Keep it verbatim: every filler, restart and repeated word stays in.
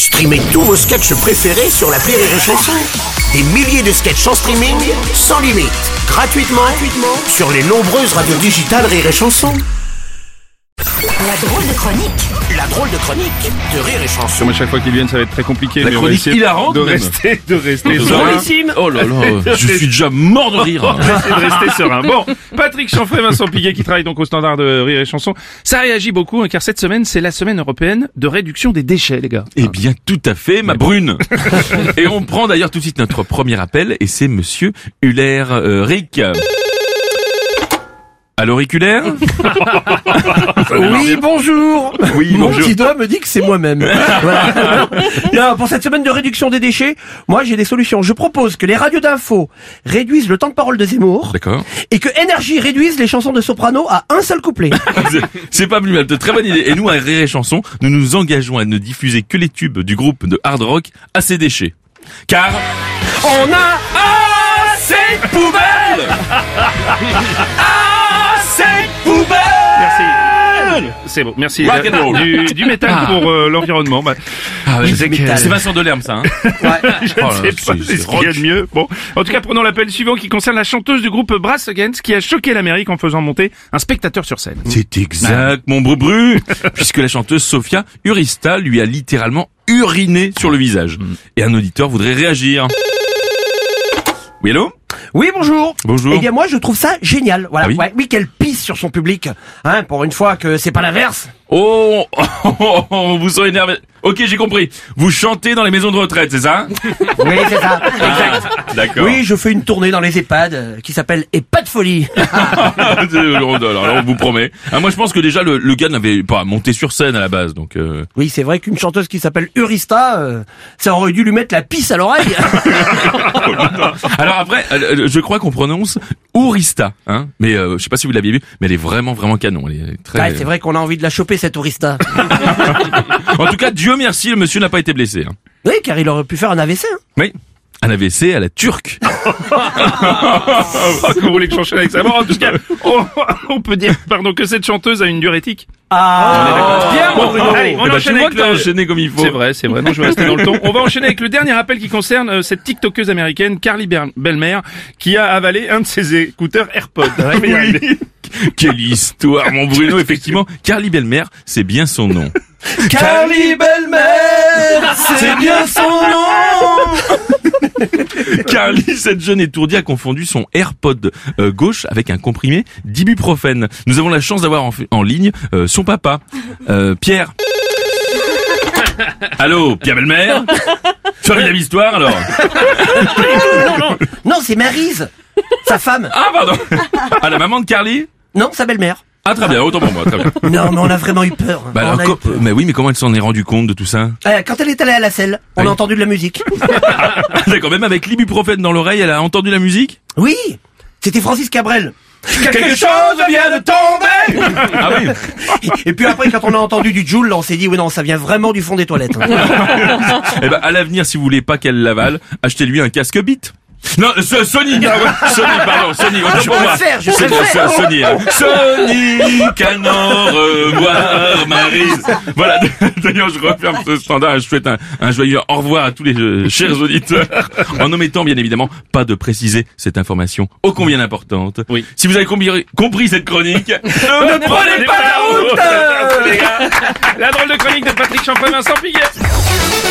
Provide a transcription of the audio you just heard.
Streamez tous vos sketchs préférés sur l'appli Rire et Chanson. Des milliers de sketchs en streaming, sans limite, gratuitement, gratuitement sur les nombreuses radios digitales Rire et Chanson. La drôle de chronique. La drôle de chronique de Rire et Chanson. Comme à chaque fois qu'ils viennent, ça va être très compliqué. La mais on va chronique essayer hilarante de même. rester, de rester Drôlissime. Oh là là, je suis déjà mort de rire. On va essayer de rester serein. Bon, Patrick Chanfray, Vincent Piguet qui travaille donc au standard de Rire et Chanson. Ça réagit beaucoup, hein, car cette semaine, c'est la semaine européenne de réduction des déchets, les gars. Eh bien, tout à fait, ma brune. Et on prend d'ailleurs tout de suite notre premier appel, et c'est monsieur Huller euh, Rick. À l'auriculaire? Oui, bonjour. Oui, Mon bonjour. petit doigt me dit que c'est moi-même. Voilà. Non, pour cette semaine de réduction des déchets, moi j'ai des solutions. Je propose que les radios d'info réduisent le temps de parole de Zemmour D'accord. et que Énergie réduise les chansons de Soprano à un seul couplet. C'est- C'est pas plus mal, de très bonne idée. Et nous, à Rire et Chanson, nous nous engageons à ne diffuser que les tubes du groupe de hard rock à ces déchets. Car On a assez de poubelles. Assez de poubelles. Merci. C'est bon, merci. Rock and roll. Du, du métal Ah. pour euh, l'environnement. Bah, Ah ouais, Je sais que- c'est Vincent Delerme, ça. Hein. je Oh là, ne sais pas c'est- c'est c'est ce qu'il y a de mieux. Bon, en tout cas, prenons l'appel suivant qui concerne la chanteuse du groupe Brass Against qui a choqué l'Amérique en faisant monter un spectateur sur scène. C'est exact, mon brubru, puisque la chanteuse Sofia Urista lui a littéralement uriné sur le visage. Et un auditeur voudrait réagir. Oui, allô? Oui, bonjour. Bonjour. Eh bien, moi, je trouve ça génial. Voilà. Ah oui Ouais, oui, qu'elle pisse sur son public. Hein, pour une fois que c'est pas l'inverse. Oh, oh, oh, oh, vous sont énervé. Ok, j'ai compris. Vous chantez dans les maisons de retraite, c'est ça? Oui, c'est ça. Ah, d'accord. Oui, je fais une tournée dans les EHPAD euh, qui s'appelle EHPAD Folie. alors, alors, on vous promet. Ah, moi, je pense que déjà, le, le gars n'avait pas monté sur scène à la base, donc... Euh... Oui, c'est vrai qu'une chanteuse qui s'appelle Urista, euh, ça aurait dû lui mettre la pisse à l'oreille. Alors après, euh, je crois qu'on prononce Urista, hein. Mais euh, je sais pas si vous l'aviez vu, mais elle est vraiment, vraiment canon. Elle est très... Ouais, c'est vrai qu'on a envie de la choper, cette Urista. En tout cas, Dieu merci, le monsieur n'a pas été blessé. Hein. Oui, car il aurait pu faire un A V C. Hein. Oui. Un A V C à la turque. Ah, vous voulez que j'enchaîne avec ça? Bon, en tout cas, on, on peut dire, pardon, que cette chanteuse a une diurétique. Ah, bien, Bon, Bruno. allez, on Eh ben, enchaîne tu vois avec que t'as le... enchaîné comme il faut. C'est vrai, c'est vrai. Non, je vais rester dans le ton. On va enchaîner avec le dernier appel qui concerne euh, cette TikTokeuse américaine, Carly Ber- Belmer, qui a avalé un de ses écouteurs AirPods. Oui. Quelle histoire, mon Bruno. Effectivement, Carly Belmer, c'est bien son nom. Carly Belmer, c'est bien son nom. Carly, cette jeune étourdie, a confondu son AirPod euh, gauche avec un comprimé d'ibuprofène. Nous avons la chance d'avoir en, en ligne euh, son papa, euh, Pierre. Allô, Pierre Belmer? Tu as vu l'histoire alors? Non, non, non, c'est Maryse, sa femme. Ah, pardon. Ah, la maman de Carly? Non, sa belle-mère. Ah, très bien, autant pour moi, très bien. Non, mais on a vraiment eu peur. Bah On alors, a eu co- peur. mais oui, mais comment elle s'en est rendue compte de tout ça? Euh, quand elle est allée à la selle, on Oui. a entendu de la musique. D'accord, même avec l'ibuprofène dans l'oreille, elle a entendu la musique? Oui, c'était Francis Cabrel. Quelque chose vient de tomber. Ah oui. Et puis après, quand on a entendu du Joule, on s'est dit, oui non, ça vient vraiment du fond des toilettes. Hein. Eh ben, à l'avenir, si vous voulez pas qu'elle l'avale, achetez-lui un casque Beat. Non, euh, so- Sony, ah ouais, Sony, pardon, Sony, autant Je pour moi. préfère, je C'est bon, préfère. c'est Sony, hein. Sony, qu'à n'en revoir, Maryse. Voilà, d'ailleurs, je referme ce standard et je souhaite un, un joyeux au revoir à tous les euh, chers auditeurs, en omettant, bien évidemment, pas de préciser cette information ô combien importante. Oui. Si vous avez compris, compris cette chronique, ne prenez pas la route! Les gars, la drôle de chronique de Patrick Chanfray, Vincent Piguet.